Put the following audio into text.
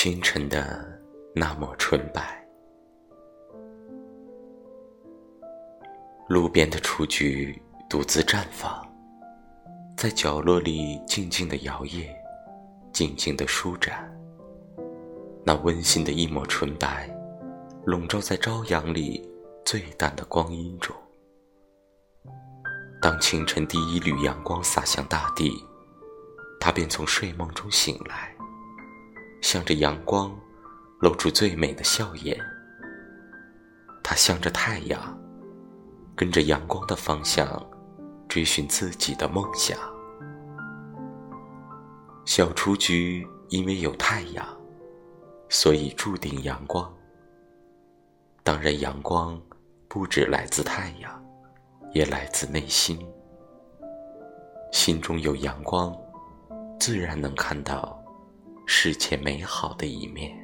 清晨的那抹纯白，路边的雏菊独自绽放，在角落里静静地摇曳，静静地舒展。那温馨的一抹纯白，笼罩在朝阳里最淡的光阴中。当清晨第一缕阳光洒向大地，它便从睡梦中醒来，向着阳光露出最美的笑颜。它向着太阳，跟着阳光的方向追寻自己的梦想。小雏菊因为有太阳，所以注定阳光。当然，阳光不只来自太阳，也来自内心。心中有阳光，自然能看到世界美好的一面。